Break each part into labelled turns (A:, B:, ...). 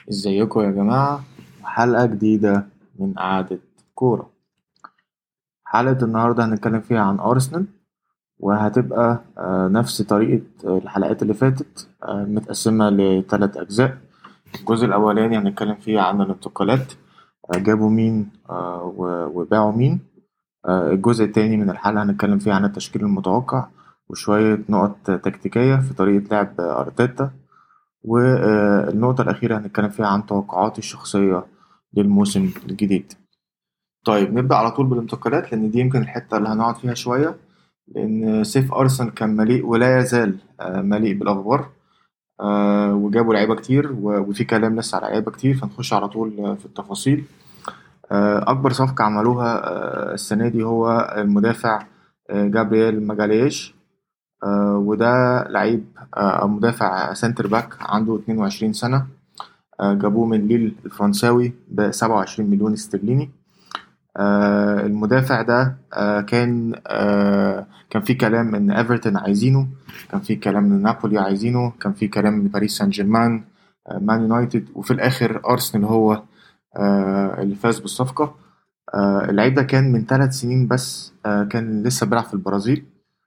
A: ازيكم يا جماعة؟ حلقة جديدة من قعدة كورة. حلقة النهاردة هنتكلم فيها عن أرسنال، وهتبقى نفس طريقة الحلقات اللي فاتت، متقسمة لثلاث أجزاء. الجزء الأولاني هنتكلم فيه عن الانتقالات، جابوا مين وباعوا مين. الجزء التاني من الحلقة هنتكلم فيه عن التشكيل المتوقع وشوية نقط تكتيكية في طريقة لعب أرتيتا. والنقطة الأخيرة هنتكلم فيها عن توقعاتي الشخصية للموسم الجديد. طيب نبدأ على طول بالانتقالات، لأن دي يمكن الحتة اللي هنقعد فيها شوية، لأن سيف أرسنال كان مليء ولا يزال مليء بالأخبار. وجابوا لعيبة كتير وفي كلام لسه على لعيبة كتير، فنخش على طول في التفاصيل. أكبر صفقة عملوها السنة دي هو المدافع جابرييل ماجاليش. وده لعيب أو مدافع سنتر باك عنده 22 سنة. جابوه من ليل الفرنساوي ب27 مليون استرليني. المدافع ده كان في كلام ان ايفرتون عايزينه، كان في كلام ان نابولي عايزينه، كان في كلام ان باريس سان جيرمان، مان يونايتد، وفي الاخر ارسنال هو اللي فاز بالصفقة. اللعيب ده كان من 3 سنين بس، كان لسه بيلعب في البرازيل.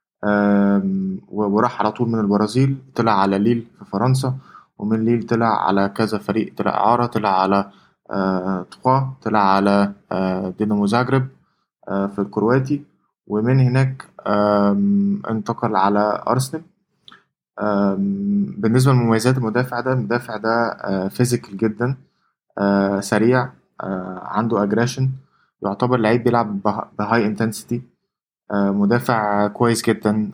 A: وراح على طول من البرازيل طلع على ليل في فرنسا، ومن ليل طلع على كذا فريق، طلع إعارة، طلع على تقوا، طلع على دينامو زاجرب في الكرواتي، ومن هناك انتقل على أرسنال. بالنسبة لمميزات المدافع ده فيزيكال جدا، سريع، عنده اجريشن، يعتبر لعيب بيلعب بهاي انتنسيتي، مدافع كويس جدا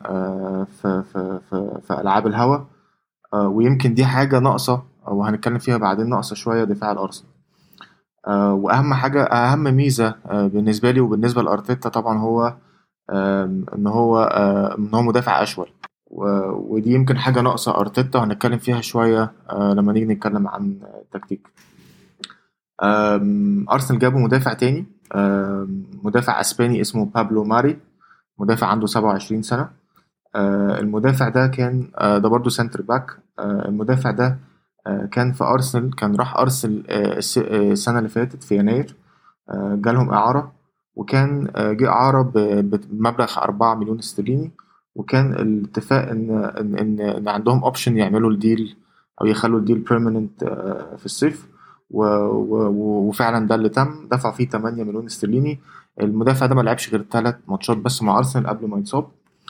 A: في ألعاب الهوا. ويمكن دي حاجة ناقصة وهنتكلم فيها بعدين، ناقصة شوية دفاع الأرسنال. وأهم حاجة، أهم ميزة بالنسبة لي وبالنسبة لأرتيتا طبعا هو إن هو مدافع أشول. ودي يمكن حاجة ناقصة أرتيتا، وهنتكلم فيها شوية لما نيجي نتكلم عن التكتيك. أرسنال جابوا مدافع تاني، مدافع أسباني اسمه بابلو ماري، مدافع عنده 27 سنة. المدافع ده كان ده برضو سنتر باك. المدافع ده كان في أرسنال، كان راح أرسنال السنة اللي فاتت في يناير. جالهم إعارة، وكان جه إعارة بمبلغ 4 مليون استرليني. وكان الاتفاق إن عندهم أوبشن يعملوا الديل أو يخلوا الديل بيرمننت في الصيف. وفعلا ده اللي تم، دفع فيه 8 مليون استرليني. المدافع ده ما لعبش غير 3 ماتشات بس مع أرسنال قبل ما يتصاب.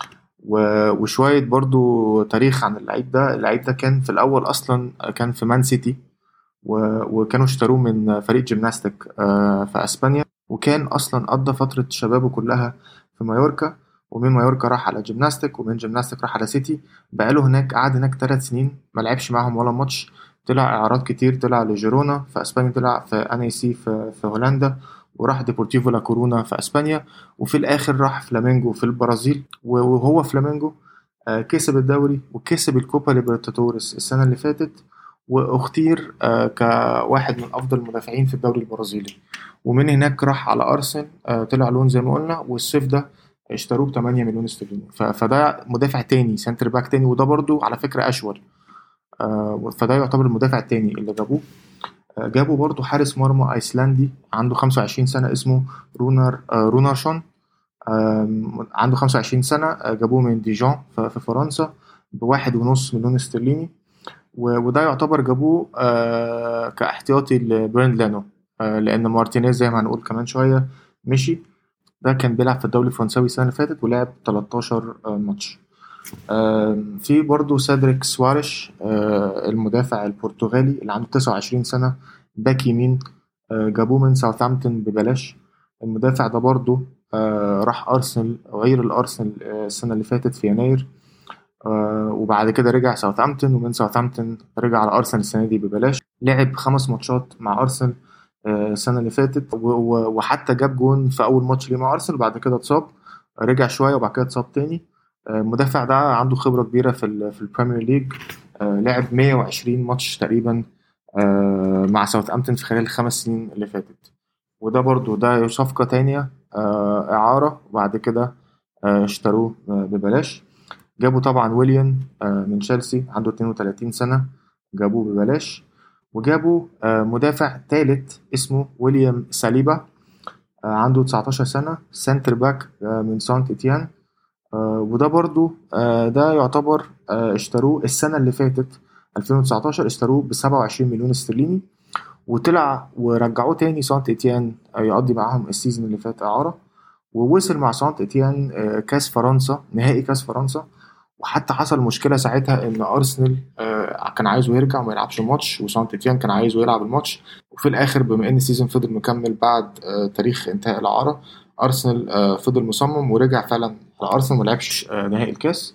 A: وشوية برضو تاريخ عن اللعيب ده كان في الأول أصلا كان في مان سيتي، وكانوا اشتروه من فريق جيمناستيك في أسبانيا، وكان أصلا قضى فترة شبابه كلها في مايوركا. ومن مايوركا راح على جيمناستيك، ومن جيمناستيك راح على سيتي. بقاله هناك، قعد هناك 3 سنين ما لعبش معاهم ولا ماتش. طلع إعارات كتير، طلع لجيرونا في أسبانيا، طلع في أن اي سي في هولندا، وراح ديبورتيفو لا كورونا في أسبانيا، وفي الآخر راح فلامينجو في البرازيل. وهو فلامينجو كسب الدوري وكسب الكوبا ليبرتادوريس السنة اللي فاتت، واختير كواحد من أفضل المدافعين في الدوري البرازيلي. ومن هناك راح على أرسنال، طلع لون زي ما قلنا، والصيف ده اشتروه ب 8 مليون استرليني. فده مدافع تاني، سنتر باك تاني، وده برضو على فكرة أشول. فده يعتبر المدافع التاني اللي جابوه. جابوا برضو حارس مرمى أيسلندي عنده 25 سنة اسمه رونارشون. عنده 25 سنة. جابوه من ديجون في فرنسا ب1.5 مليون استرليني. وده يعتبر جابوه كاحتياطي لبيرن لانو، لأن مارتينيز زي ما هنقول كمان شوية مشي. ده كان بيلعب في الدوري الفرنساوي السنة اللي فاتت ولعب 13 ماتش. في برضو سيدريك سواريش، المدافع البرتغالي اللي عنده 29 سنة، باك يمين. جابوه من ساوثهامبتون ببلاش. المدافع ده برضو راح أرسنال، غير الأرسنال السنة اللي فاتت في يناير. وبعد كده رجع ساوثهامبتون، ومن ساوثهامبتون رجع على أرسنال السنة دي ببلاش. لعب 5 ماتشات مع أرسنال السنة اللي فاتت، وحتى جاب جون في أول ماتش ليه مع أرسنال، وبعد كده اتصاب، رجع شوية وبعد كده اتصاب تاني. المدافع ده عنده خبرة كبيرة في البريمير ليج. لعب 120 ماتش تقريبا مع ساوثهامبتون في خلال ال5 سنين اللي فاتت. وده برضو ده صفقة تانية، إعارة، وبعد كده اشتروه ببلاش. جابوا طبعا ويليام من تشيلسي عنده 32 سنة، جابوه ببلاش. وجابوا مدافع ثالث اسمه ويليام ساليبا، عنده 19 سنة، سنتر باك من سانت إتيان. وده برضو ده يعتبر اشتروه السنة اللي فاتت 2019، اشتروه ب27 مليون استرليني، وطلع ورجعوه تاني سانت إتيان يقضي معاهم السيزون اللي فات إعارة، ووصل مع سانت إتيان كاس فرنسا، نهائي كاس فرنسا. وحتى حصل مشكلة ساعتها إن أرسنال كان عايزه يرجع وما يلعبش الماتش، وسانت إتيان كان عايزه يلعب الماتش. وفي الآخر بما إن السيزون فضل مكمل بعد تاريخ انتهاء الإعارة، أرسنال فضل مصمم ورجع فعلا على أرسنال ولعبش نهائي الكاس.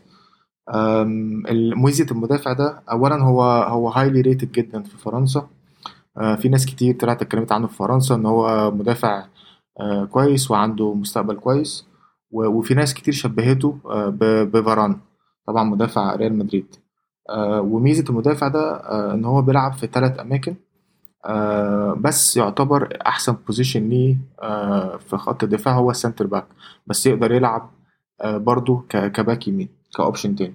A: ميزة المدافع ده أولا هو هايلي ريتد جدا في فرنسا. في ناس كتير طلعت اتكلمت عنه في فرنسا ان هو مدافع كويس وعنده مستقبل كويس. وفي ناس كتير شبهته بفاران، طبعا مدافع ريال مدريد. وميزة المدافع ده ان هو بيلعب في 3 اماكن، بس يعتبر احسن بوزيشن ليه في خط الدفاع هو السنتر باك، بس يقدر يلعب برضو كباك يمين كاوبشن تاني.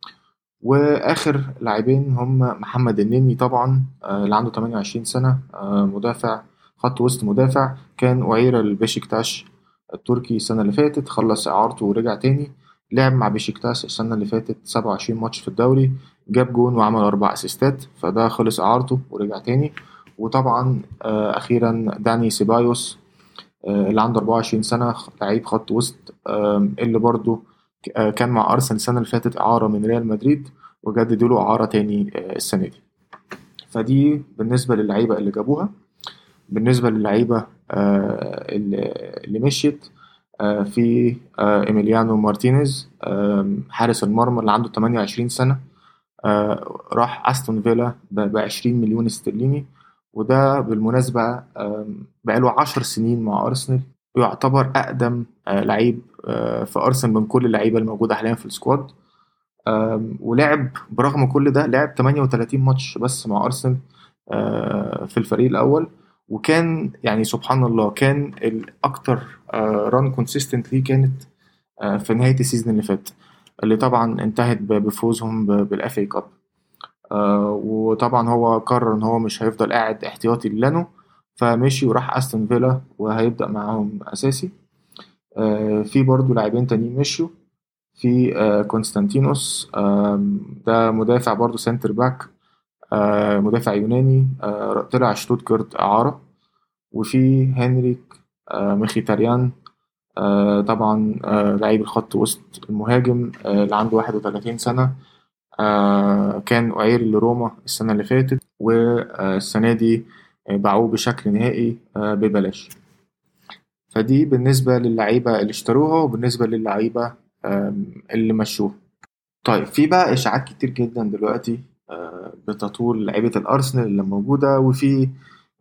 A: واخر لاعبين هم محمد النني طبعا، اللي عنده 28 سنة، مدافع خط وسط مدافع، كان أعير البشكتاش التركي السنة اللي فاتت، خلص إعارته ورجع تاني، لعب مع بشكتاش السنة اللي فاتت 27 ماتش في الدوري، جاب جون وعمل 4 أسيستات، فده خلص إعارته ورجع تاني. وطبعا أخيرا داني سيبايوس، اللي عنده 24 سنة، لعيب خط وسط، اللي برضه كان مع أرسنال السنة اللي فاتت إعارة من ريال مدريد، وجددوا له إعارة تاني السنة دي. فدي بالنسبة للعيبة اللي جابوها. بالنسبة للعيبة اللي مشيت، في إيميليانو مارتينيز، حارس المرمى اللي عنده 28 سنة، راح أستون فيلا ب20 مليون استرليني. وده بالمناسبة بقاله 10 سنين مع أرسنال، ويعتبر أقدم لعيب في أرسنال من كل اللعيبة الموجودة حاليا في السكواد. ولعب برغم كل ده لعب 38 ماتش بس مع أرسنال في الفريق الأول. وكان يعني سبحان الله كان الأكتر ران كونسيستنت ليه كانت في نهاية السيزون اللي فات، اللي طبعا انتهت بفوزهم بالأف اي كاب. وطبعا هو قرر ان هو مش هيفضل قاعد احتياطي لانو، فمشي وراح استون فيلا وهيبدأ معاهم اساسي. في برضو لاعبين تانيين مشوا، في كونستانتينوس، ده مدافع برضو سنتر باك، مدافع يوناني، طلع شتوتجارت إعارة. وفي هنريك مخيتاريان، طبعا لعيب الخط وسط المهاجم، اللي عنده 31 سنة، كان أعير لروما السنة اللي فاتت، والسنة دي باعوه بشكل نهائي ببلاش. فدي بالنسبة للعيبة اللي اشتروها، وبالنسبة للعيبة اللي مشوها. طيب في بقى إشاعات كتير جدا دلوقتي بتطول لعيبة الأرسنال اللي موجودة، وفي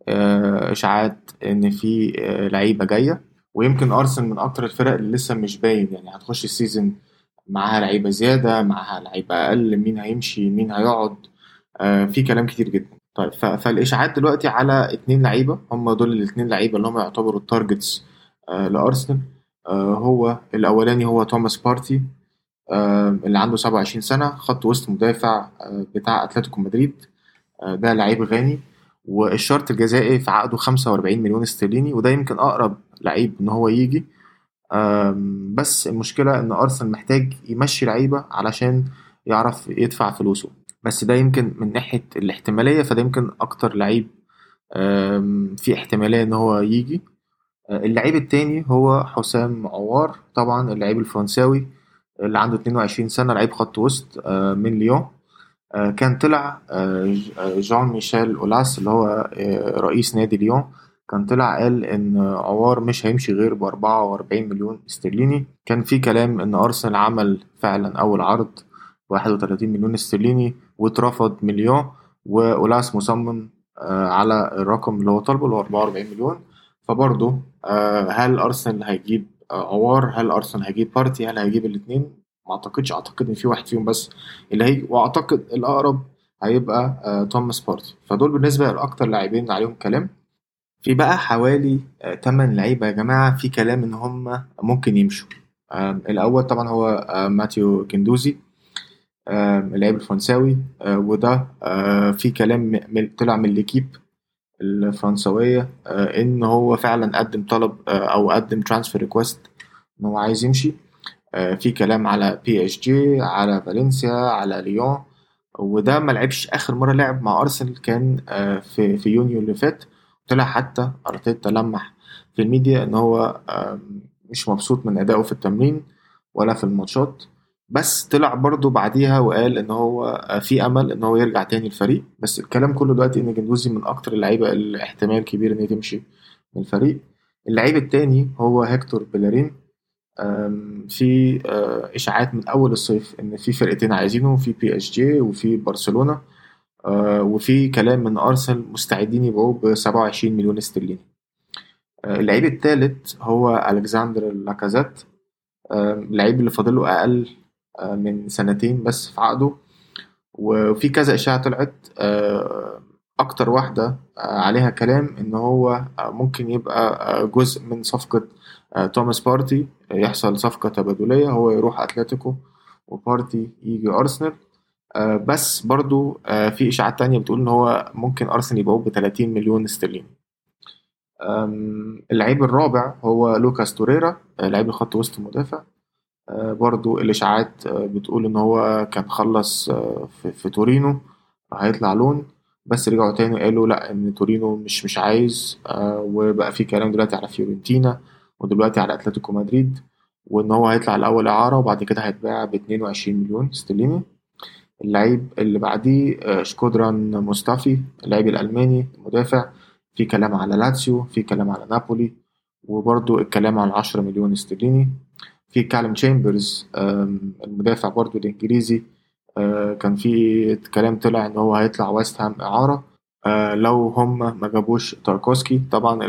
A: إشاعات إن في لعيبة جاية. ويمكن أرسنال من أكتر الفرق اللي لسه مش باين، يعني هتخش السيزون معاها لعيبة زيادة، معاها لعيبة أقل، مين هيمشي مين هيقعد، في كلام كتير جدا. طيب فالإشاعات دلوقتي على 2 لعيبة، هم دول ال2 لعيبة اللي هم يعتبروا التارجتس لأرسنال. هو الأولاني هو توماس بارتي، اللي عنده 27 سنة، خط وسط مدافع بتاع أتلتيكو مدريد. ده لعيب غاني، والشرط الجزائي في عقده 45 مليون استرليني، وده يمكن أقرب لعيب إن هو يجي. بس المشكلة إن أرسنال محتاج يمشي لعيبة علشان يعرف يدفع فلوسه، بس ده يمكن من ناحية الاحتمالية، فده يمكن أكتر لعيب في احتمالية إن هو يجي. اللعيب التاني هو حسام عوار، طبعا اللعيب الفرنساوي اللي عنده 22 سنة، لعيب خط وسط من ليون. كان طلع جان ميشيل أولاس اللي هو رئيس نادي ليون، كان طلع قال إن عوار مش هيمشي غير ب44 مليون استرليني. كان في كلام إن أرسنال عمل فعلا أول عرض 31 مليون استرليني واترفض مليون، وأولاس مصمم على الرقم اللي هو طالبه اللي هو 44 مليون. فبرضه هل أرسنال هيجيب عوار؟ هل أرسنال هيجيب بارتي؟ هل هيجيب الاتنين؟ ما أعتقدش، أعتقد إن في واحد فيهم بس اللي هيجي، واعتقد الاقرب هيبقى توماس بارتي. فدول بالنسبه لاكتر لاعبين عليهم كلام. في بقى حوالي 8 لعيبه يا جماعه في كلام ان هم ممكن يمشوا. الاول طبعا هو ماتيو كندوزي، اللاعب الفرنساوي. وده في كلام طلع من ليكيب الفرنسوية إن هو فعلا قدم طلب أو قدم ترانسفير ريكوست إن هو عايز يمشي. في كلام على بي اس جي، على فالنسيا، على ليون. وده ما لعبش آخر مرة لعب مع أرسنال كان في يونيو اللي فات. طلع حتى أرتيتا لمح في الميديا إن هو مش مبسوط من أدائه في التمرين ولا في الماتشات. بس طلع برضه بعديها وقال إن هو في أمل إن هو يرجع تاني الفريق. بس الكلام كله دلوقتي إن جندوزي من أكتر اللعيبة اللي احتمال كبير إن هي تمشي من الفريق. اللعيب التاني هو هيكتور بيلارين. في إشاعات من أول الصيف إن في فرقتين عايزينه، في بي اس جي وفي برشلونة. وفي كلام من أرسنال مستعدين يبيعوه ب 27 مليون استرليني. اللعيب الثالث هو ألكسندر لاكازيت. اللعيب اللي فاضله أقل من سنتين بس في عقده. وفي كذا إشاعة طلعت، أكتر واحدة عليها كلام إن هو ممكن يبقى جزء من صفقة توماس بارتي. يحصل صفقة تبادلية، هو يروح أتلتيكو وبارتي يجي أرسنال. بس برضو في إشاعات تانية بتقول إن هو ممكن أرسنال يبيعوه ب 30 مليون استرليني. اللعيب الرابع هو لوكاس توريرا، لعيب الخط وسط مدافع. برضو الإشاعات بتقول إن هو كان خلص في تورينو هيطلع لون. بس رجعوا تاني قالوا لأ، إن تورينو مش عايز. وبقى في كلام دلوقتي على فيورنتينا ودلوقتي على أتلتيكو مدريد، وإن هو هيطلع الأول إعارة وبعد كده هيتباع ب 22 مليون استرليني. اللعيب اللي بعديه شكودران مصطفي، اللاعب الألماني المدافع. في كلام على لاتسيو، في كلام على نابولي، وبرضو الكلام على 10 مليون استرليني. في كالم تشامبرز المدافع برضو الإنجليزي. كان في كلام طلع إن هو هيطلع ويست هام إعارة لو هم ما جابوش تاركوسكي. طبعا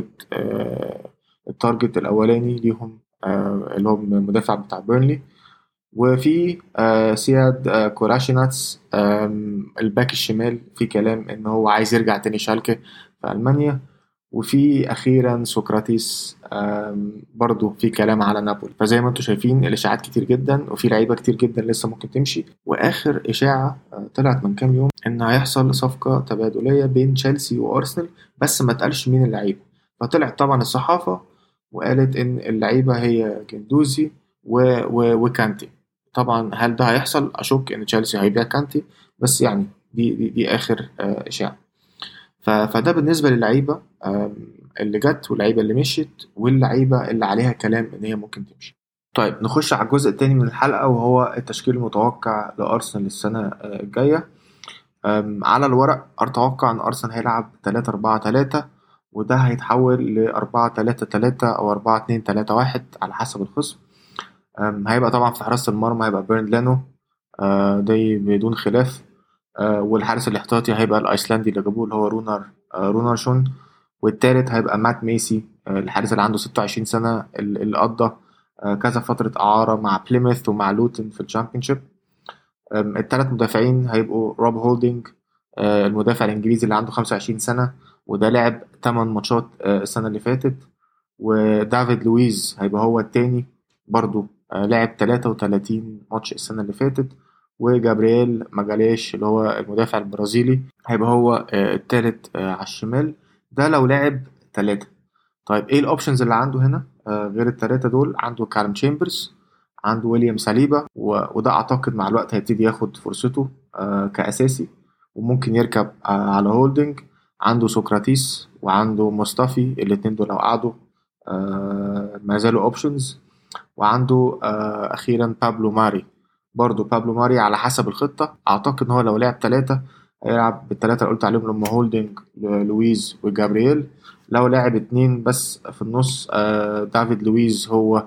A: التارجت الأولاني ليهم اللي هو المدافع بتاع بيرنلي. وفي سياد كوراشيناتس الباك الشمال، في كلام إن هو عايز يرجع تاني شالكة في ألمانيا. وفي أخيرا سقراطيس برضو في كلام على نابولي. فزي ما انتم شايفين الإشاعات كتير جدا وفي لعيبة كتير جدا لسه ممكن تمشي. وآخر إشاعة طلعت من كام يوم إن هيحصل صفقة تبادلية بين تشيلسي وأرسنال، بس ما تقالش مين اللعيبة. فطلعت طبعا الصحافة وقالت إن اللعيبة هي جندوزي وكانتي. طبعا هل ده هيحصل؟ أشك إن تشيلسي هيبيع كانتي، بس يعني دي آخر إشاعة. فده بالنسبة للعيبة اللي جت واللعيبة اللي مشيت واللعيبة اللي عليها كلام إن هي ممكن تمشي. طيب نخش على الجزء التاني من الحلقة، وهو التشكيل المتوقع لأرسنال السنة الجاية. على الورق أتوقع إن أرسنال هيلعب 3-4-3، وده هيتحول ل 4-3-3 أو 4-2-3-1 على حسب الخصم. هيبقى طبعا في حراسة المرمى هيبقى بيرن لانو، ده بدون خلاف. والحارس الاحتياطي هيبقى الايسلندي اللي جابوه اللي هو رونارشون. والتالت هيبقى مات ميسي، الحارس اللي عنده 26 سنة اللي قضى كذا فترة إعارة مع بليموث ومع لوتن في الشامبيونشيب. التلات مدافعين هيبقوا روب هولدينج، المدافع الإنجليزي اللي عنده 25 سنة وده لعب 8 ماتشات السنة اللي فاتت. ودافيد لويز هيبقى هو التاني برضو، لعب 33 ماتش السنة اللي فاتت. وجابرييل ماجاليش اللي هو المدافع البرازيلي هيبقى هو التالت على الشمال، ده لو لعب تلاتة. طيب ايه الاوبشنز اللي عنده هنا غير التلاتة دول؟ عنده كارم تشامبرز، عنده ويليام ساليبا وده اعتقد مع الوقت هيبتدي ياخد فرصته كأساسي وممكن يركب على هولدنج. عنده سقراطيس وعنده مصطفي، الاتنين دول لو قعدوا ما زالوا اوبشنز. وعنده اخيرا بابلو ماري. برضو بابلو ماري على حسب الخطة اعتقد ان هو لو لعب ثلاثة هيلعب بالثلاثة اللي قلت عليهم لما هولدنج لويز وجابرييل. لو لعب اتنين بس في النص دافيد لويز هو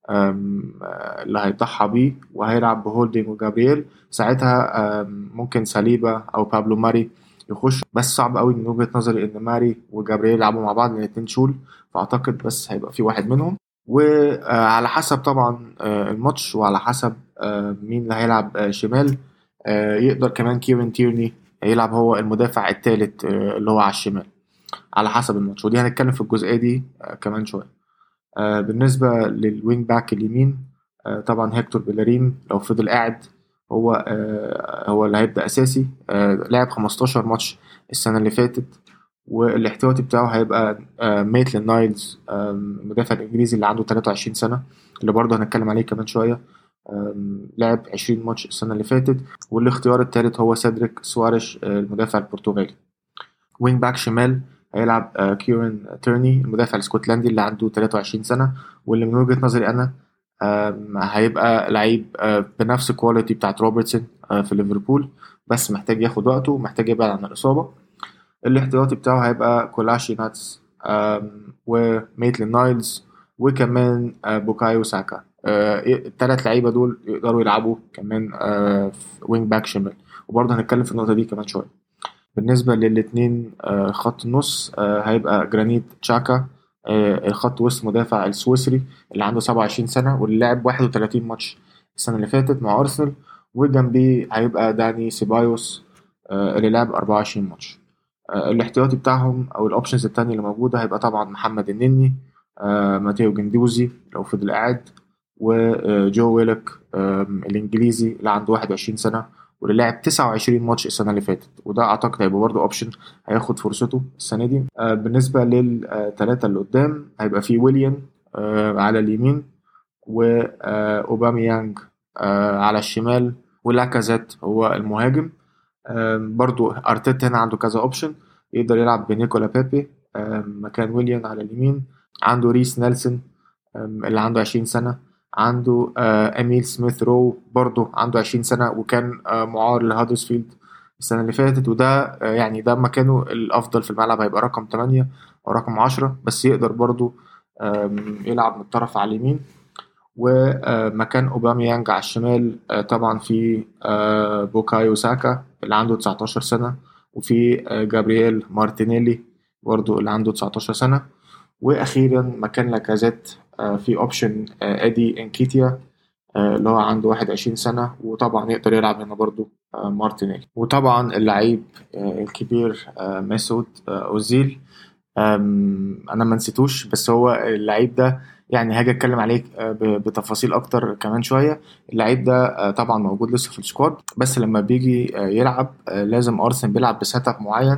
A: اللي هيضحى بيه وهيلعب بهولدنج وجابرييل. ساعتها ممكن ساليبا او بابلو ماري يخش، بس صعب قوي من وجهة نظري ان ماري وجابرييل يلعبوا مع بعض لان الاتنين شول. فاعتقد بس هيبقى في واحد منهم. وعلى حسب طبعا الماتش وعلى حسب مين اللي هيلعب شمال. يقدر كمان كيرن تيرني يلعب هو المدافع الثالث اللي هو على الشمال على حسب الماتش، ودي هنتكلم في الجزئية دي كمان شوية. بالنسبة للوينج باك اليمين طبعا هيكتور بيلارين لو فضل قاعد هو اللي هيبدأ أساسي. لعب 15 ماتش السنة اللي فاتت. والاحتياطي بتاعه هيبقى ميتلين نايلز، المدافع الإنجليزي اللي عنده 23 سنة، اللي برضه هنتكلم عليه كمان شوية. لعب 20 ماتش السنة اللي فاتت. والاختيار الثالث هو سيدريك سواريش، المدافع البرتغالي. وينج باك شمال هيلعب كيورن تيرني، المدافع الاسكتلندي اللي عنده 23 سنة، واللي من وجهة نظري أنا هيبقى لعيب بنفس الكواليتي بتاعت روبرتسون في ليفربول، بس محتاج ياخد وقته ومحتاج يبعد عن الإصابة. الاحتياطي بتاعه هيبقى كولاشي ناتس وميتلين نايلز وكمان بوكايو ساكا. الثلاث لعيبة دول يقدروا يلعبوا كمان في وينج باك شمال، وبرضه هنتكلم في النقطة دي كمان شوية. بالنسبة للاتنين خط النص هيبقى جرانيت تشاكا، الخط وسط مدافع السويسري اللي عنده 27 سنة واللي لعب 31 ماتش السنة اللي فاتت مع أرسنال. وجنبيه هيبقى داني سيبايوس اللي لعب 24 ماتش. الاحتياطي بتاعهم أو الأوبشنز التانية اللي موجودة هيبقى طبعا محمد النني، ماتيو جندوزي لو فضل قاعد، وجو ويلك الإنجليزي اللي عنده 21 سنة واللي لعب 29 ماتش السنة اللي فاتت، وده أعتقد هيبقى برضه أوبشن هياخد فرصته السنة دي. بالنسبة للثلاثة اللي قدام هيبقى في ويليام على اليمين، وأوباميانج على الشمال، ولاكازيت هو المهاجم. برضو أرتيتا هنا عنده كذا أوبشن، يقدر يلعب بنيكولا بيبي مكان ويليام على اليمين. عنده ريس نيلسون اللي عنده 20 سنة. عنده أميل سميث رو برضو عنده 20 سنة، وكان معار لهادرسفيلد السنة اللي فاتت، وده يعني ده مكانه الأفضل في الملعب، هيبقى رقم 8 أو رقم 10، بس يقدر برضو يلعب من الطرف على اليمين. ومكان أوباميانج على الشمال طبعا في بوكايو ساكا اللي عنده 19 سنة، وفي جابرييل مارتينيلي برضو اللي عنده 19 سنة. وأخيرا مكان لاكازيت في أوبشن أدي إنكيتيا اللي هو عنده 21 سنة، وطبعا يقدر يلعب هنا برضو مارتينيلي. وطبعا اللعيب الكبير ميسوت أوزيل، انا ما نسيتوش، بس هو اللعيب ده يعني هاجي اتكلم عليه بتفاصيل اكتر كمان شويه. اللعيب ده طبعا موجود لسه في السكواد، بس لما بيجي يلعب لازم ارسنال بيلعب بسيت اب معين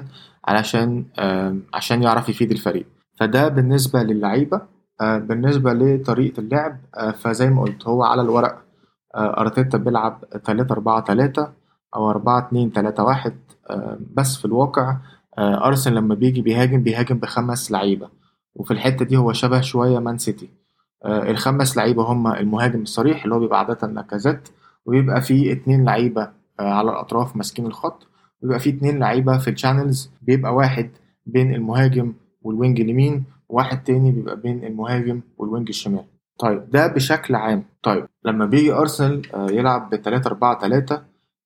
A: عشان يعرف يفيد الفريق. فده بالنسبه للعيبه. بالنسبه لطريقه اللعب فزي ما قلت هو على الورق ارتيتا بيلعب 3-4-3 او 4-2-3-1، بس في الواقع أرسنال لما بيجي بيهاجم بخمس لعيبة، وفي الحتة دي هو شبه شوية مان سيتي. الخمس لعيبة هم المهاجم الصريح اللي هو بيبقى عادة لاكازيت، ويبقى فيه 2 لعيبة على الأطراف ماسكين الخط، ويبقى فيه 2 لعيبة في الشانلز، بيبقى واحد بين المهاجم والوينج اليمين، وواحد تاني بيبقى بين المهاجم والوينج الشمال. طيب ده بشكل عام. طيب لما بيجي أرسنال يلعب ب3-4-3،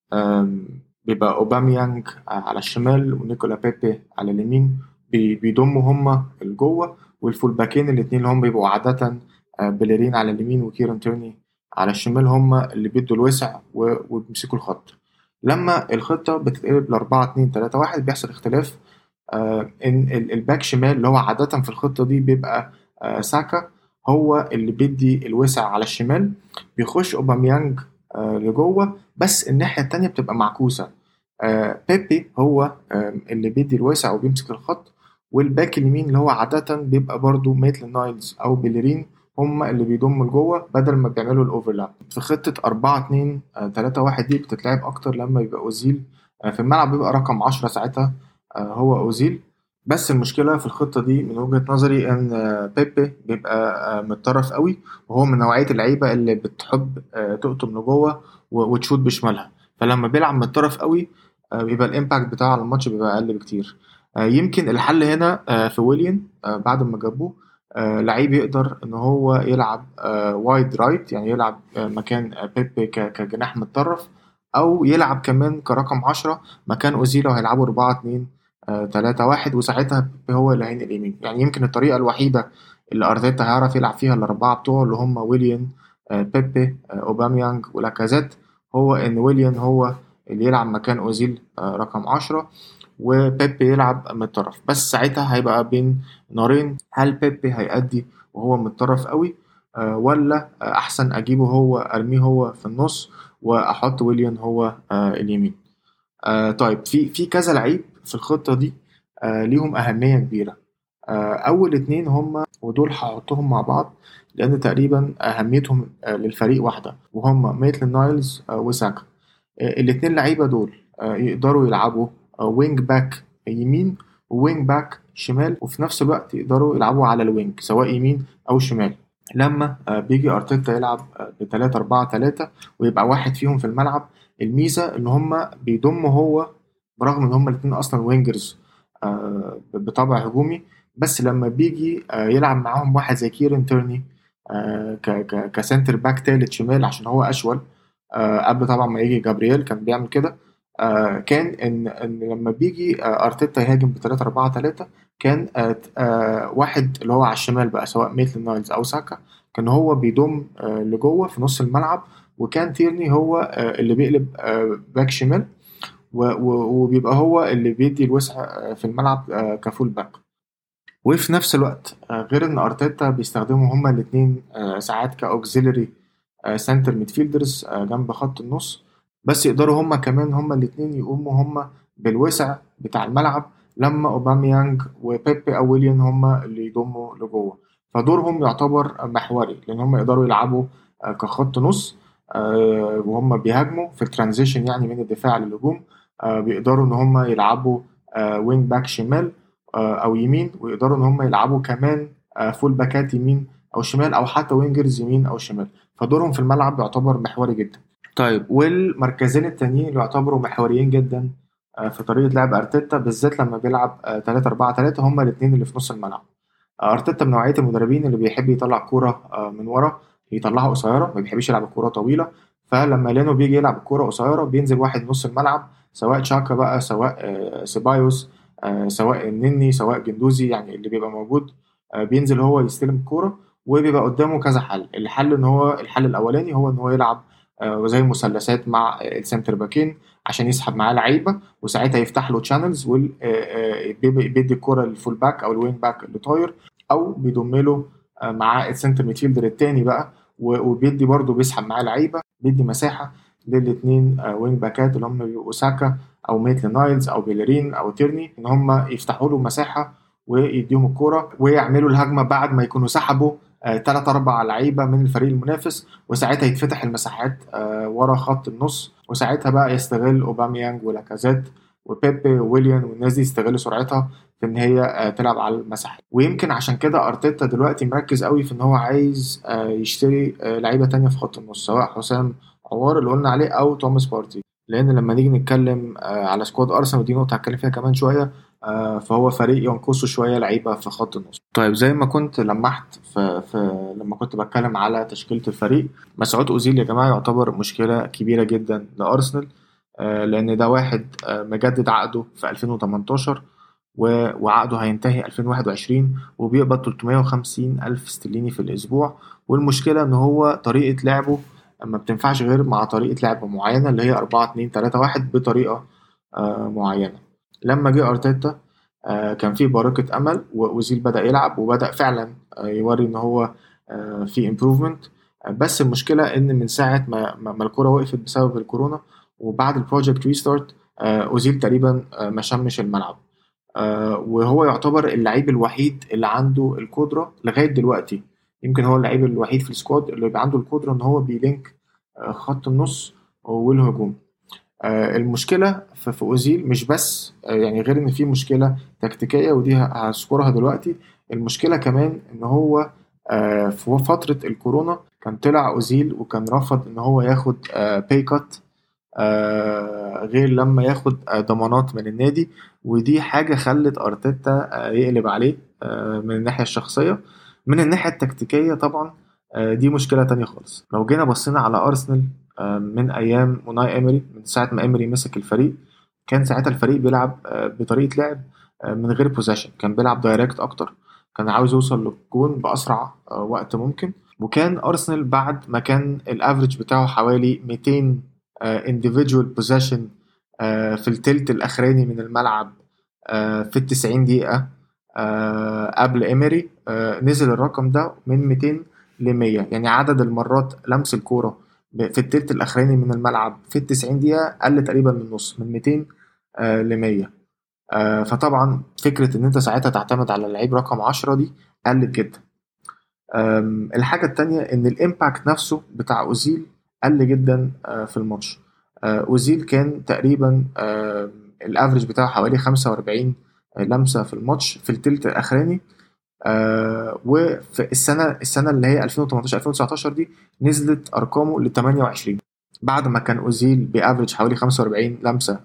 A: بيبقى أوباميانج على الشمال ونيكولا بيبي على اليمين، بيضموا هما الجوه، والفول باكين الاتنين اللي هم بيبقوا عادة بليرين على اليمين وكيران تيرني على الشمال هما اللي بيدوا الوسع وبيمسكوا الخط. لما الخطة بتتقلب ل4-2-3-1 بيحصل اختلاف. إن الباك شمال اللي هو عادة في الخطة دي بيبقى ساكا، هو اللي بيدي الوسع على الشمال، بيخش أوباميانج لجوه، بس الناحية التانية بتبقى معكوسة. بيبي هو اللي بيدي الواسع وبيمسك الخط، والباك اليمين اللي هو عادة بيبقى برضو ميتل نايلز أو بيلرين هم اللي بيضموا لجوه بدل ما بيعملوا الأوفرلاب. في خطة 4-2-3-1 دي بتتلعب أكتر لما يبقى أوزيل في الملعب، بيبقى رقم 10 ساعتها هو أوزيل. بس المشكلة في الخطة دي من وجهة نظري إن بيبي بيبقى متطرف قوي، وهو من نوعية اللعيبة اللي بتحب تقطم لجوه وتشوت بشمالها، فلما بيلعب متطرف قوي بيبقى الامباكت بتاعه على الماتش بيبقى اقل بكتير. يمكن الحل هنا في ويليام بعد ما جابوه لعيب يقدر ان هو يلعب وايد رايت، يعني يلعب مكان بيبي كجناح متطرف، او يلعب كمان كرقم 10 مكان اوزيل، وهيلعبوا 4-2-3-1، وساعتها بيبي هو اللي هينقل اليمين. يعني يمكن الطريقة الوحيدة اللي ارتيتا هيعرف يلعب فيها الاربعة بتوعه اللي هم ويليام بيبي أوباميانج ولاكازيت، هو إن ويليام هو اللي يلعب مكان أوزيل رقم 10، وبيبي يلعب من الطرف. بس ساعتها هيبقى بين نارين، هل بيبي هيأدي وهو من الطرف قوي ولا أحسن أجيبه هو أرميه هو في النص واحط ويليان هو اليمين. طيب في كذا لعيب في الخطة دي ليهم أهمية كبيرة. أول اتنين هم ودول هحطهم مع بعض لأن تقريبا أهميتهم للفريق واحدة، وهم ميتل نايلز وساكا. الاتنين لعيبة دول يقدروا يلعبوا وينج باك يمين ووينج باك شمال، وفي نفس الوقت يقدروا يلعبوا على الوينج سواء يمين أو شمال. لما بيجي أرتيتا يلعب ب3-4-3 ويبقى واحد فيهم في الملعب، الميزة إن هما بيضموا هو، برغم إن هما الاتنين أصلا وينجرز بطبع هجومي، بس لما بيجي يلعب معاهم واحد زي كيرن تيرني كسنتر باك تالت شمال عشان هو أشول. قبل طبعا ما يجي جابرييل كان بيعمل كده. كان إن لما بيجي أرتيتا يهاجم ب3-4-3، كان واحد اللي هو على الشمال بقى سواء ميتل نايلز أو ساكا، كان هو بيضم لجوه في نص الملعب، وكان تيرني هو اللي بيقلب باك شمال، وبيبقى هو اللي بيدي الوسع في الملعب كفول باك. وفي نفس الوقت غير ان ارتيتا بيستخدموا هما الاثنين ساعات كاوكسيلري سنتر ميدفيلدرز جنب خط النص، بس يقدروا هما كمان هما الاثنين يقوموا هما بالوسع بتاع الملعب لما اوباميانج وبيبي او ويليان هما اللي يضموا لجوه. فدورهم يعتبر محوري لان هما يقدروا يلعبوا كخط نص وهم بيهاجموا في الترانزيشن، يعني من الدفاع للهجوم. بيقدروا ان هم يلعبوا وينج باك شمال او يمين، ويقدروا ان هم يلعبوا كمان فول باكات يمين او شمال، او حتى وينجرز يمين او شمال. فدورهم في الملعب يعتبر محوري جدا. طيب والمركزين التانيين اللي يعتبروا محوريين جدا في طريقة لعب أرتيتا بالذات لما بيلعب 3-4-3 هما الاثنين اللي في نص الملعب. أرتيتا من نوعية المدربين اللي بيحب يطلع كورة من ورا، يطلعها قصيرة، ما بيحبش يلعب الكورة طويلة. فلما لانو بيجي يلعب الكورة قصيرة بينزل واحد نص الملعب، سواء تشاكا بقى، سواء سيبايوس، سواء النني، سواء جندوزي، يعني اللي بيبقى موجود بينزل هو يستلم الكورة، وبيبقى قدامه كذا حل. الحل ان هو الحل الاولاني هو ان هو يلعب وزي مثلثات مع السنتر باكين عشان يسحب معاه لعيبه، وساعتها يفتح له تشانلز بيدي الكرة للفول باك او الوين باك اللي طاير، او بيضم له مع السنتر ميدفيلدر التاني بقى، وبيدي برضه بيسحب معاه لعيبه، بيدي مساحه للاثنين وين باكات اللي هم بيبقوا ساكا او ميتل نايلز او بيلرين او تيرني، ان هم يفتحوا له مساحه ويديهم الكرة ويعملوا الهجمه بعد ما يكونوا سحبوا 3-4 لعيبة من الفريق المنافس، وساعتها يتفتح المساحات ورا خط النص، وساعتها بقى يستغل أوباميانج ولاكازيت وبيبي وويليان والناس دي يستغل سرعتها في ان هي تلعب على المساحات. ويمكن عشان كده ارتيتا دلوقتي مركز قوي في ان هو عايز يشتري لعيبة تانية في خط النص، سواء حسام عوار اللي قلنا عليه او توماس بارتي، لان لما نيجي نتكلم على سكواد ارسنال، ودي نقطة هتكلم فيها كمان شوية، فهو فريق ينقصه شوية لعيبة في خط النص. طيب زي ما كنت لمحت لما كنت بتكلم على تشكيلة الفريق، مسعود أوزيل يا جماعة يعتبر مشكلة كبيرة جدا لأرسنال، لأن ده واحد مجدد عقده في 2018 وعقده هينتهي 2021 وبيقبض 350 ألف استرليني في الأسبوع. والمشكلة إن هو طريقة لعبه ما بتنفعش غير مع طريقة لعب معينة اللي هي 4-2-3-1 بطريقة معينة. لما جه أرتيتا كان في بارقة أمل، وأوزيل بدأ يلعب وبدأ فعلا يوري إن هو في امبروفمنت. بس المشكلة إن من ساعة ما الكرة وقفت بسبب الكورونا وبعد البروجكت ريستارت، أوزيل تقريبا ما شمش الملعب، وهو يعتبر اللعيب الوحيد اللي عنده القدرة لغاية دلوقتي، يمكن هو اللعيب الوحيد في السكواد اللي يبقى عنده القدرة إن هو بيلينك خط النص والهجوم. المشكلة في أوزيل مش بس يعني غير إن في مشكلة تكتيكية ودي هذكرها دلوقتي، المشكلة كمان إن هو في فترة الكورونا كان طلع أوزيل وكان رفض إن هو ياخد باي كات غير لما ياخد ضمانات من النادي، ودي حاجة خلت أرتيتا يقلب عليه من الناحية الشخصية. من الناحية التكتيكية طبعا دي مشكلة تانية خالص. لو جينا بصينا على أرسنال من أيام موناي إيمري، من ساعة ما إيمري مسك الفريق، كان ساعتها الفريق بيلعب بطريقة لعب من غير بوزيشن، كان بيلعب دايركت أكتر، كان عاوز يوصل للجون بأسرع وقت ممكن. وكان أرسنال بعد ما كان الافريج بتاعه حوالي 200 individual possession في التلت الأخراني من الملعب في 90 دقيقة قبل إيمري، نزل الرقم ده من 200 ل100، يعني عدد المرات لمس الكورة في التلت الاخراني من الملعب في ال90 دقيقه قل تقريبا من نص، من 200 ل 100. فطبعا فكره ان انت ساعتها تعتمد على اللعيب رقم 10 دي قلت جدا. الحاجه التانية ان الامباكت نفسه بتاع اوزيل قل جدا في الماتش. اوزيل كان تقريبا الافريج بتاعه حوالي 45 لمسه في الماتش في التلت الاخراني. وفي السنه اللي هي 2018 2019 دي نزلت ارقامه ل 28 بعد ما كان اوزيل بافريج حوالي 45 لمسه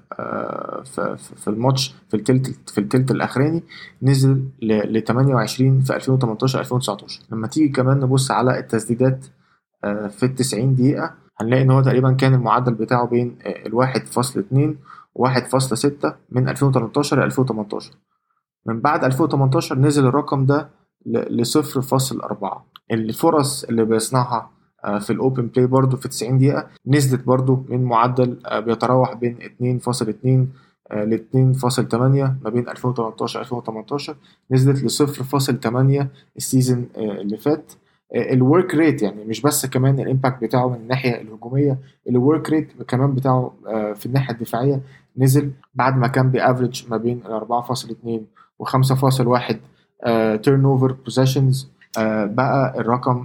A: في الماتش في التلت الاخراني، نزل ل 28 في 2018 2019. لما تيجي كمان نبص على التسديدات في ال90 دقيقه هنلاقي ان هو تقريبا كان المعدل بتاعه بين ال 1.2 و 1.6 من 2013 ل 2018. من بعد 2018 نزل الرقم ده ل 0.4. الفرص اللي بيصنعها في الاوبن بلاي برضو في 90 دقيقة نزلت برضو من معدل بيتراوح بين 2.2 ل 2.8 ما بين 2013 2018، نزلت ل 0.8 السيزون اللي فات. الورك ريت يعني مش بس كمان الامباكت بتاعه من الناحية الهجومية، الورك ريت كمان بتاعه في الناحية الدفاعية نزل بعد ما كان بيافريج ما بين 4.2 و5.1 تيرن اوفر بوزيشنز، بقى الرقم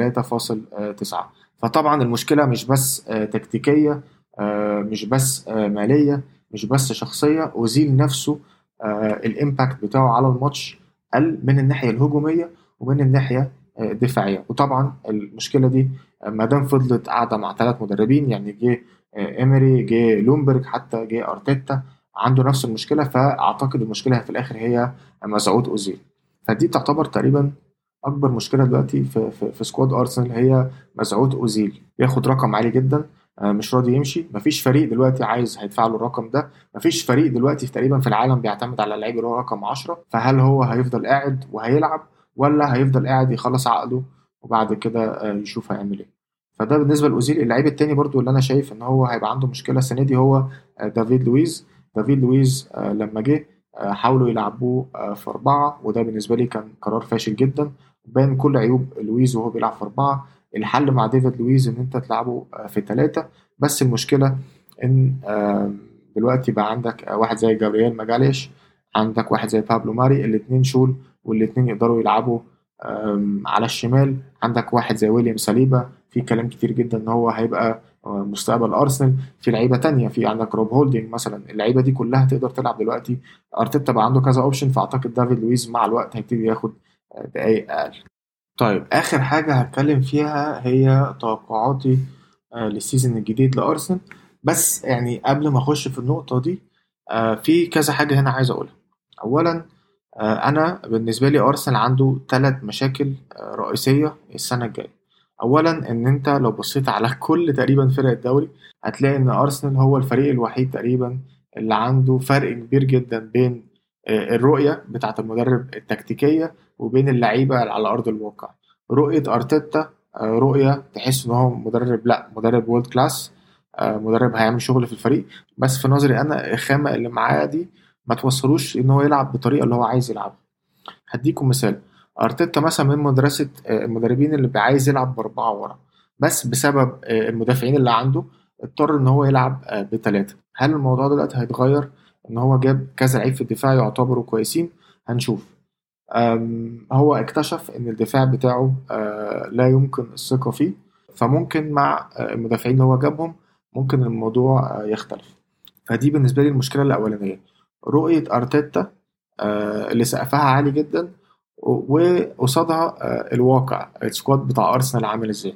A: 3.9. فطبعا المشكلة مش بس تكتيكية، مش بس مالية، مش بس شخصية. أوزيل نفسه الإمباكت بتاعه على الماتش قل من الناحية الهجومية ومن الناحية الدفاعية. وطبعا المشكلة دي ما دام فضلت قاعدة مع 3 مدربين، يعني جه إيمري، جه لومبرج، حتى جه أرتيتا عنده نفس المشكلة، فأعتقد المشكلة في الآخر هي مسعود أوزيل. فدي تعتبر تقريبا اكبر مشكله دلوقتي في سكواد ارسنال، هي مسعود اوزيل. بياخد رقم عالي جدا، مش راضي يمشي. مفيش فريق دلوقتي عايز هيدفع له الرقم ده. مفيش فريق دلوقتي تقريبا في العالم بيعتمد على اللعيب اللي هو رقم 10. فهل هو هيفضل قاعد وهيلعب، ولا هيفضل قاعد يخلص عقده وبعد كده يشوف هيعمل ايه؟ فده بالنسبه لاوزيل. اللعيب التاني برضو اللي انا شايف ان هو هيبقى عنده مشكله السنه دي هو دافيد لويز. دافيد لويز لما جه حاولوا يلعبوه في 4، وده بالنسبة لي كان قرار فاشل جدا. بان كل عيوب لويز وهو بيلعب في 4. الحل مع ديفيد لويز ان انت تلعبه في 3. بس المشكلة ان دلوقتي بقى عندك واحد زي جابرييل ماجاليش، عندك واحد زي بابلو ماري، الاتنين شول والاتنين يقدروا يلعبوا على الشمال. عندك واحد زي ويليام ساليبا، في كلام كتير جدا ان هو هيبقى مستقبل ارسنال. في لعيبه تانية، في عندك روب هولدينج مثلا. اللعيبه دي كلها تقدر تلعب دلوقتي. ارتيتا بقى عنده كذا اوبشن، فاعتقد دافيد لويز مع الوقت هيبتدي ياخد دقايق اقل. طيب اخر حاجه هتكلم فيها هي توقعاتي للسيزون الجديد لارسنال. بس يعني قبل ما اخش في النقطه دي في كذا حاجه هنا عايز اقولها. اولا انا بالنسبه لي ارسنال عنده 3 مشاكل رئيسيه السنه الجايه. اولا ان انت لو بصيت على كل تقريبا فرق الدوري هتلاقي ان ارسنال هو الفريق الوحيد تقريبا اللي عنده فرق كبير جدا بين الرؤيه بتاعه المدرب التكتيكيه وبين اللعيبه على ارض الواقع. رؤيه ارتيتا رؤيه تحس ان هو مدرب، لا مدرب وورلد كلاس، مدرب هيعمل شغل في الفريق. بس في نظري انا الخامه اللي معاه دي ما توصلوش ان هو يلعب بالطريقه اللي هو عايز يلعبها. هديكم مثال. ارتيتا مثلا من مدرسه المدربين اللي عايز يلعب ب4 ورا، بس بسبب المدافعين اللي عنده اضطر ان هو يلعب ب3. هل الموضوع دلوقتي هيتغير ان هو جاب كذا لعيب في الدفاع يعتبروا كويسين؟ هنشوف. هو اكتشف ان الدفاع بتاعه لا يمكن الثقه فيه، فممكن مع المدافعين اللي هو جابهم ممكن الموضوع يختلف. فدي بالنسبه لي المشكله الاولانيه، رؤيه ارتيتا اللي سقفها عالي جدا وقصادها الواقع السكواد بتاع ارسنال عامل ازاي.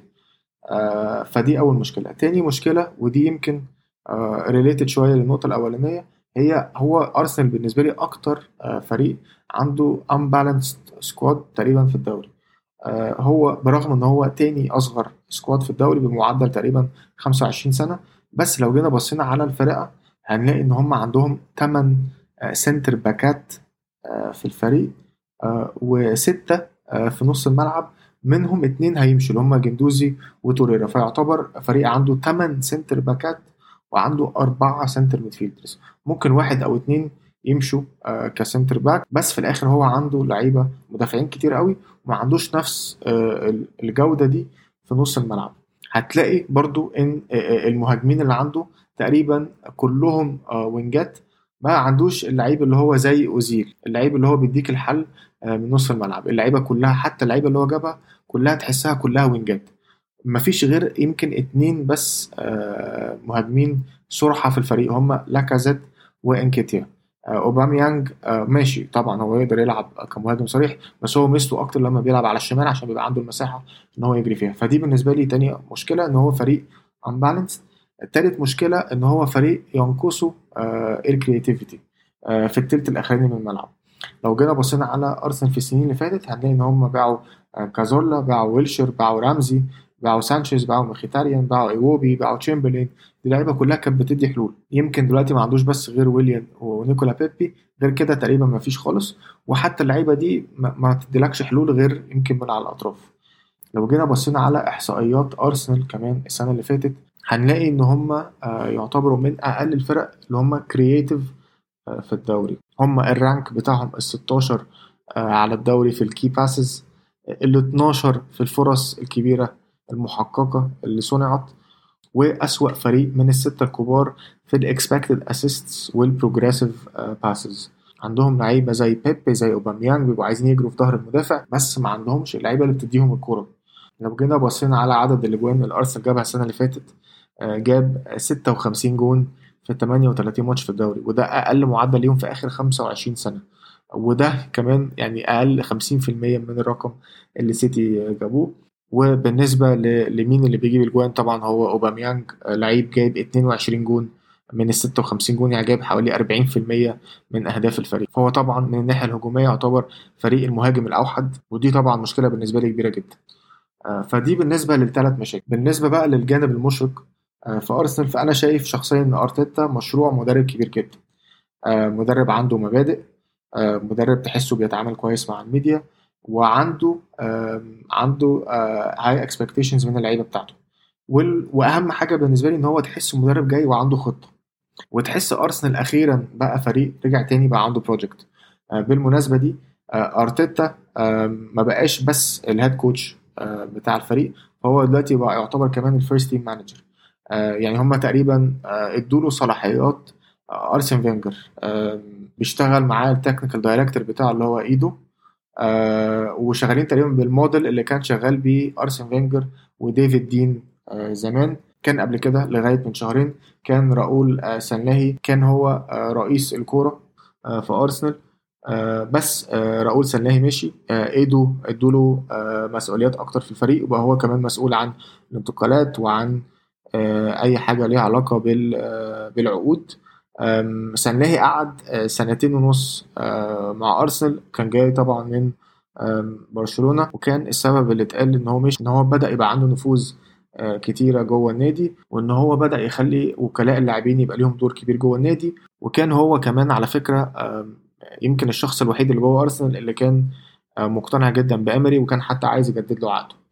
A: فدي اول مشكله. تاني مشكله ودي يمكن ريليتد شويه للنقطه الاولانيه، هو ارسنال بالنسبه لي اكتر فريق عنده unbalanced سكواد تقريبا في الدوري. هو برغم ان هو تاني اصغر سكواد في الدوري بمعدل تقريبا 25 سنه، بس لو جينا بصينا على الفرقه هنلاقي ان هم عندهم 8 سنتر باكات في الفريق، و6 في نص الملعب، منهم 2 هيمشوا اللي هم جندوزي وتوريرا. فيعتبر فريق عنده 8 سنتر باكات وعنده 4 سنتر ميدفيلدرز. ممكن 1 أو 2 يمشوا كسنتر باك، بس في الآخر هو عنده لعيبة مدافعين كتير قوي وما عندوش نفس الجودة دي في نص الملعب. هتلاقي برضو ان المهاجمين اللي عنده تقريبا كلهم وينجات. ما عندوش اللعيب اللي هو زي اوزيل، اللعيب اللي هو بيديك الحل من نص الملعب. اللعيبه كلها حتى اللعيبه اللي هو جابها كلها تحسها كلها وينجات. مفيش غير يمكن اتنين بس مهاجمين صرحة في الفريق، هما لاكازيت وانكيتيا. اوباميانج ماشي طبعا هو يقدر يلعب كمهاجم صريح، بس هو ميزته اكتر لما بيلعب على الشمال عشان بيبقى عنده المساحة ان هو يجري فيها. فدي بالنسبة لي تاني مشكلة، ان هو فريق unbalanced. تالت مشكلة ان هو فريق ينقصه الكرياتيفيتي في التلت الاخراني من الملعب. لو جينا بصينا على ارسنال في السنين اللي فاتت هنلاقي ان هم باعوا كازولا، باعوا ويلشر، باعوا رامزي، باعوا سانشيز، باعوا مخيتاريان، باعوا ايوبي، باعوا تشامبرلين. دي لعيبه كلها كانت بتدي حلول. يمكن دلوقتي ما عندوش بس غير ويليام ونيكولا بيبي، غير كده تقريبا ما فيش خالص. وحتى اللعيبه دي ما تديلكش حلول غير يمكن من على الاطراف. لو جينا بصينا على احصائيات ارسنال كمان السنه اللي فاتت هنلاقي ان هم يعتبروا من اقل الفرق اللي هم كرييتيف في الدوري. هم الرانك بتاعهم ال 16 على الدوري في الكي باسز، ال 12 في الفرص الكبيرة المحققة اللي صنعت، وأسوأ فريق من الستة الكبار في الاكسبكتد اسيستس والبروجريسيف باسز. عندهم لعيبة زي بيبي زي اوباميانج بيبقوا عايزين يجروا في ظهر المدافع، بس ما عندهمش اللعيبة اللي بتديهم الكرة. لو جينا بصينا على عدد الاجوان اللي الارسنال جابها السنة اللي فاتت، جاب 56 جون في 38 ماتش في الدوري، وده اقل معدل ليهم في اخر 25 سنة. وده كمان يعني اقل 50% من الرقم اللي سيتي جابوه. وبالنسبة لمين اللي بيجيب الجوان، طبعا هو أوباميانج، لعيب جايب 22 جون من ال 56 جون، يعني جايب حوالي 40% من أهداف الفريق. فهو طبعا من الناحية الهجومية يعتبر فريق المهاجم الأوحد، ودي طبعا مشكلة بالنسبة لي كبيرة جدا. فدي بالنسبة للثلاث مشاكل. بالنسبة بقى للجانب المشرق في أرسنال، فأنا شايف شخصيا إن أرتيتا مشروع مدرب كبير جدا. مدرب عنده مبادئ، مدرب تحسه بيتعامل كويس مع الميديا، وعنده عنده هاي اكسبكتيشنز من اللعيبه بتاعته. واهم حاجه بالنسبه لي ان هو تحسه مدرب جاي وعنده خطه، وتحس ارسنال اخيرا بقى فريق رجع تاني بقى عنده بروجكت. بالمناسبه دي ارتيتا ما بقاش بس الهيد كوتش بتاع الفريق، هو دلوقتي بقى يعتبر كمان الفيرست تيم مانجر. يعني هم تقريبا ادوا له صلاحيات ارسن فينجر. بيشتغل معاه التكنيكال دايركتور بتاعه اللي هو ايدو، وشغالين تقريبا بالموديل اللي كان شغال بيه ارسن فينجر وديفيد دين زمان. كان قبل كده لغاية من شهرين كان راؤول سنلاهي كان هو رئيس الكورة في أرسنال. بس راؤول سنلاهي مشي، ايدو ادوله مسؤوليات اكتر في الفريق، وبقى هو كمان مسؤول عن الانتقالات وعن اي حاجة ليها علاقة بالعقود. سنلاهي قعد سنتين ونص مع أرسنال، كان جاي طبعا من برشلونة، وكان السبب اللي اتقال ان هو مش ان هو بدأ يبقى عنده نفوذ كتيرة جوه النادي، وان هو بدأ يخلي وكلاء اللاعبين يبقى ليهم دور كبير جوه النادي. وكان هو كمان على فكرة يمكن الشخص الوحيد اللي جوه أرسنال اللي كان مقتنع جدا بأمري، وكان حتى عايز يجدد له عقده.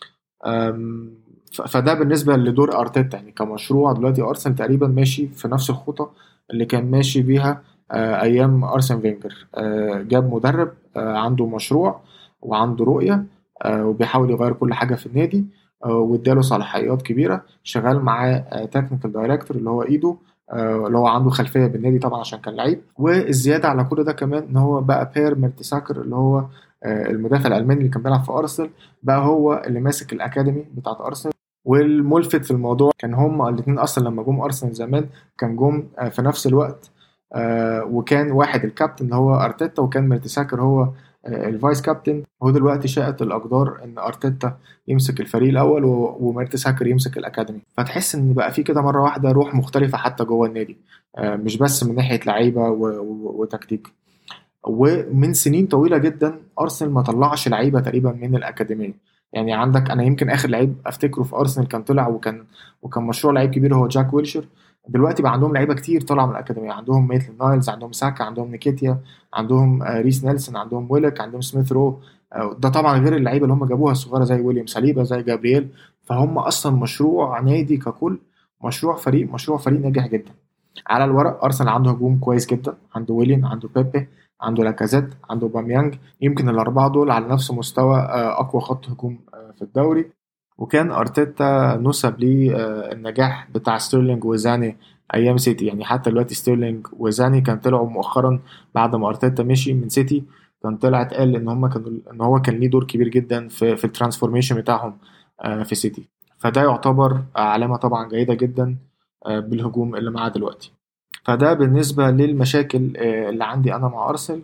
A: فده بالنسبة لدور أرتيتا يعني كمشروع. دلوقتي أرسنال تقريبا ماشي في نفس الخطة اللي كان ماشي بيها أيام أرسن فينجر. جاب مدرب عنده مشروع وعنده رؤية، وبيحاول يغير كل حاجة في النادي، واداله صلاحيات كبيرة. شغال معاه تكنيكال دايركتور اللي هو ايدو، اللي هو عنده خلفية بالنادي طبعا عشان كان لعيب. والزيادة على كل ده كمان ان هو بقى بير ميرتساكر اللي هو المدافع الألماني اللي كان بيلعب في أرسنال، بقى هو اللي ماسك الأكاديمي بتاعت أرسنال. والملفت في الموضوع كان هما الاثنين اصلا لما جم ارسنال زمان كان جم في نفس الوقت، وكان واحد الكابتن اللي هو ارتيتا، وكان ميرتساكر هو الفايس كابتن. هو دلوقتي شاءت الاقدار ان ارتيتا يمسك الفريق الاول وميرتساكر يمسك الاكاديمي. فتحس ان بقى في كده مره واحده روح مختلفه حتى جوه النادي، مش بس من ناحيه لعيبه وتكتيك. ومن سنين طويله جدا ارسنال ما طلعش لعيبه تقريبا من الاكاديميه. يعني عندك انا يمكن اخر لعيب افتكره في ارسنال كان طلع وكان مشروع لعيب كبير هو جاك ويلشر. دلوقتي بقى عندهم لعيبه كتير طالعه من الاكاديميه، عندهم ميتل نايلز، عندهم ساكا، عندهم نيكيتيا، عندهم ريس نيلسون، عندهم ويلك، عندهم سميث رو. ده طبعا غير اللعيبه اللي هم جابوها الصغيره زي ويليام ساليبا زي جابرييل. فهم اصلا مشروع نادي ككل، مشروع فريق ناجح جدا. على الورق ارسنال عنده هجوم كويس جدا، عنده ويليان، عنده بيبي، عنده لاكازيت، عنده باميانج. يمكن الاربعه دول على نفس مستوى اقوى خط هجوم في الدوري. وكان ارتيتا نسب ليه النجاح بتاع ستيرلينج وزاني ايام سيتي. يعني حتى دلوقتي ستيرلينج وزاني كان طلعوا مؤخرا بعد ما ارتيتا مشي من سيتي، كان طلع اتقال ان هم كانوا ان هو كان ليه دور كبير جدا في الترانسفورميشن بتاعهم في سيتي. فده يعتبر علامة طبعا جيدة جدا بالهجوم اللي معاه دلوقتي. فده بالنسبة للمشاكل اللي عندي أنا مع أرسنال،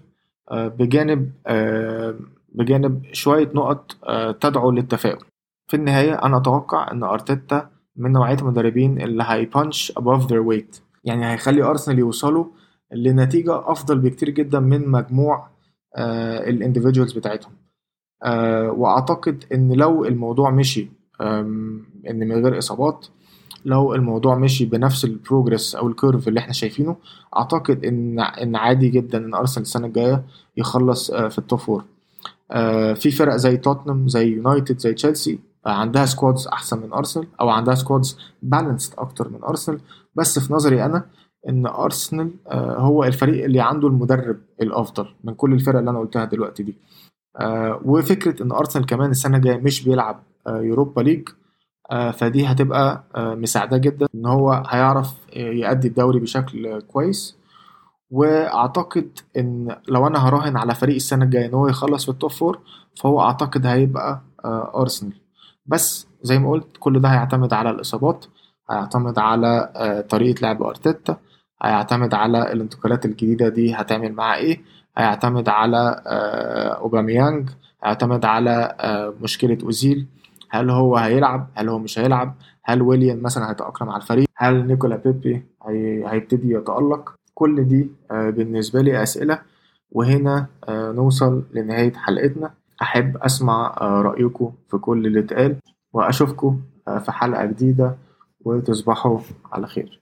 A: بجانب شوية نقط تدعو للتفاؤل. في النهاية أنا أتوقع إن أرتيتا من نوعية المدربين اللي هيبانش above their weight، يعني هيخلي أرسنال يوصلوا لنتيجة أفضل بكتير جدا من مجموع الانديفيدوالز بتاعتهم. وأعتقد إن لو الموضوع مشي إن من غير إصابات، لو الموضوع مشي بنفس البروجرس او الكيرف اللي احنا شايفينه، اعتقد ان عادي جدا ان ارسنال السنه الجايه يخلص في التوب فور. في فرق زي توتنهام زي يونايتد زي تشيلسي عندها سكوادز احسن من ارسنال، او عندها سكوادز بالانسد اكتر من ارسنال. بس في نظري انا ان ارسنال هو الفريق اللي عنده المدرب الافضل من كل الفرق اللي انا قلتها دلوقتي دي. وفكره ان ارسنال كمان السنه الجايه مش بيلعب يوروبا ليج، فدي هتبقى مساعدة جدا ان هو هيعرف يأدي الدوري بشكل كويس. واعتقد ان لو انا هراهن على فريق السنة الجاية ان هو يخلص في التوب فور، فهو اعتقد هيبقى ارسنال. بس زي ما قلت كل ده هيعتمد على الاصابات، هيعتمد على طريقة لعب ارتيتا، هيعتمد على الانتقالات الجديدة دي هتعمل معاه ايه، هيعتمد على اوباميانج، هيعتمد على مشكلة اوزيل، هل هو هيلعب، هل هو مش هيلعب، هل ويليام مثلا هيتأقلم على الفريق، هل نيكولا بيبي هيبتدي يتألق. كل دي بالنسبة لي أسئلة. وهنا نوصل لنهاية حلقتنا. أحب أسمع رأيكم في كل اللي اتقال، وأشوفكم في حلقة جديدة، وتصبحوا على خير.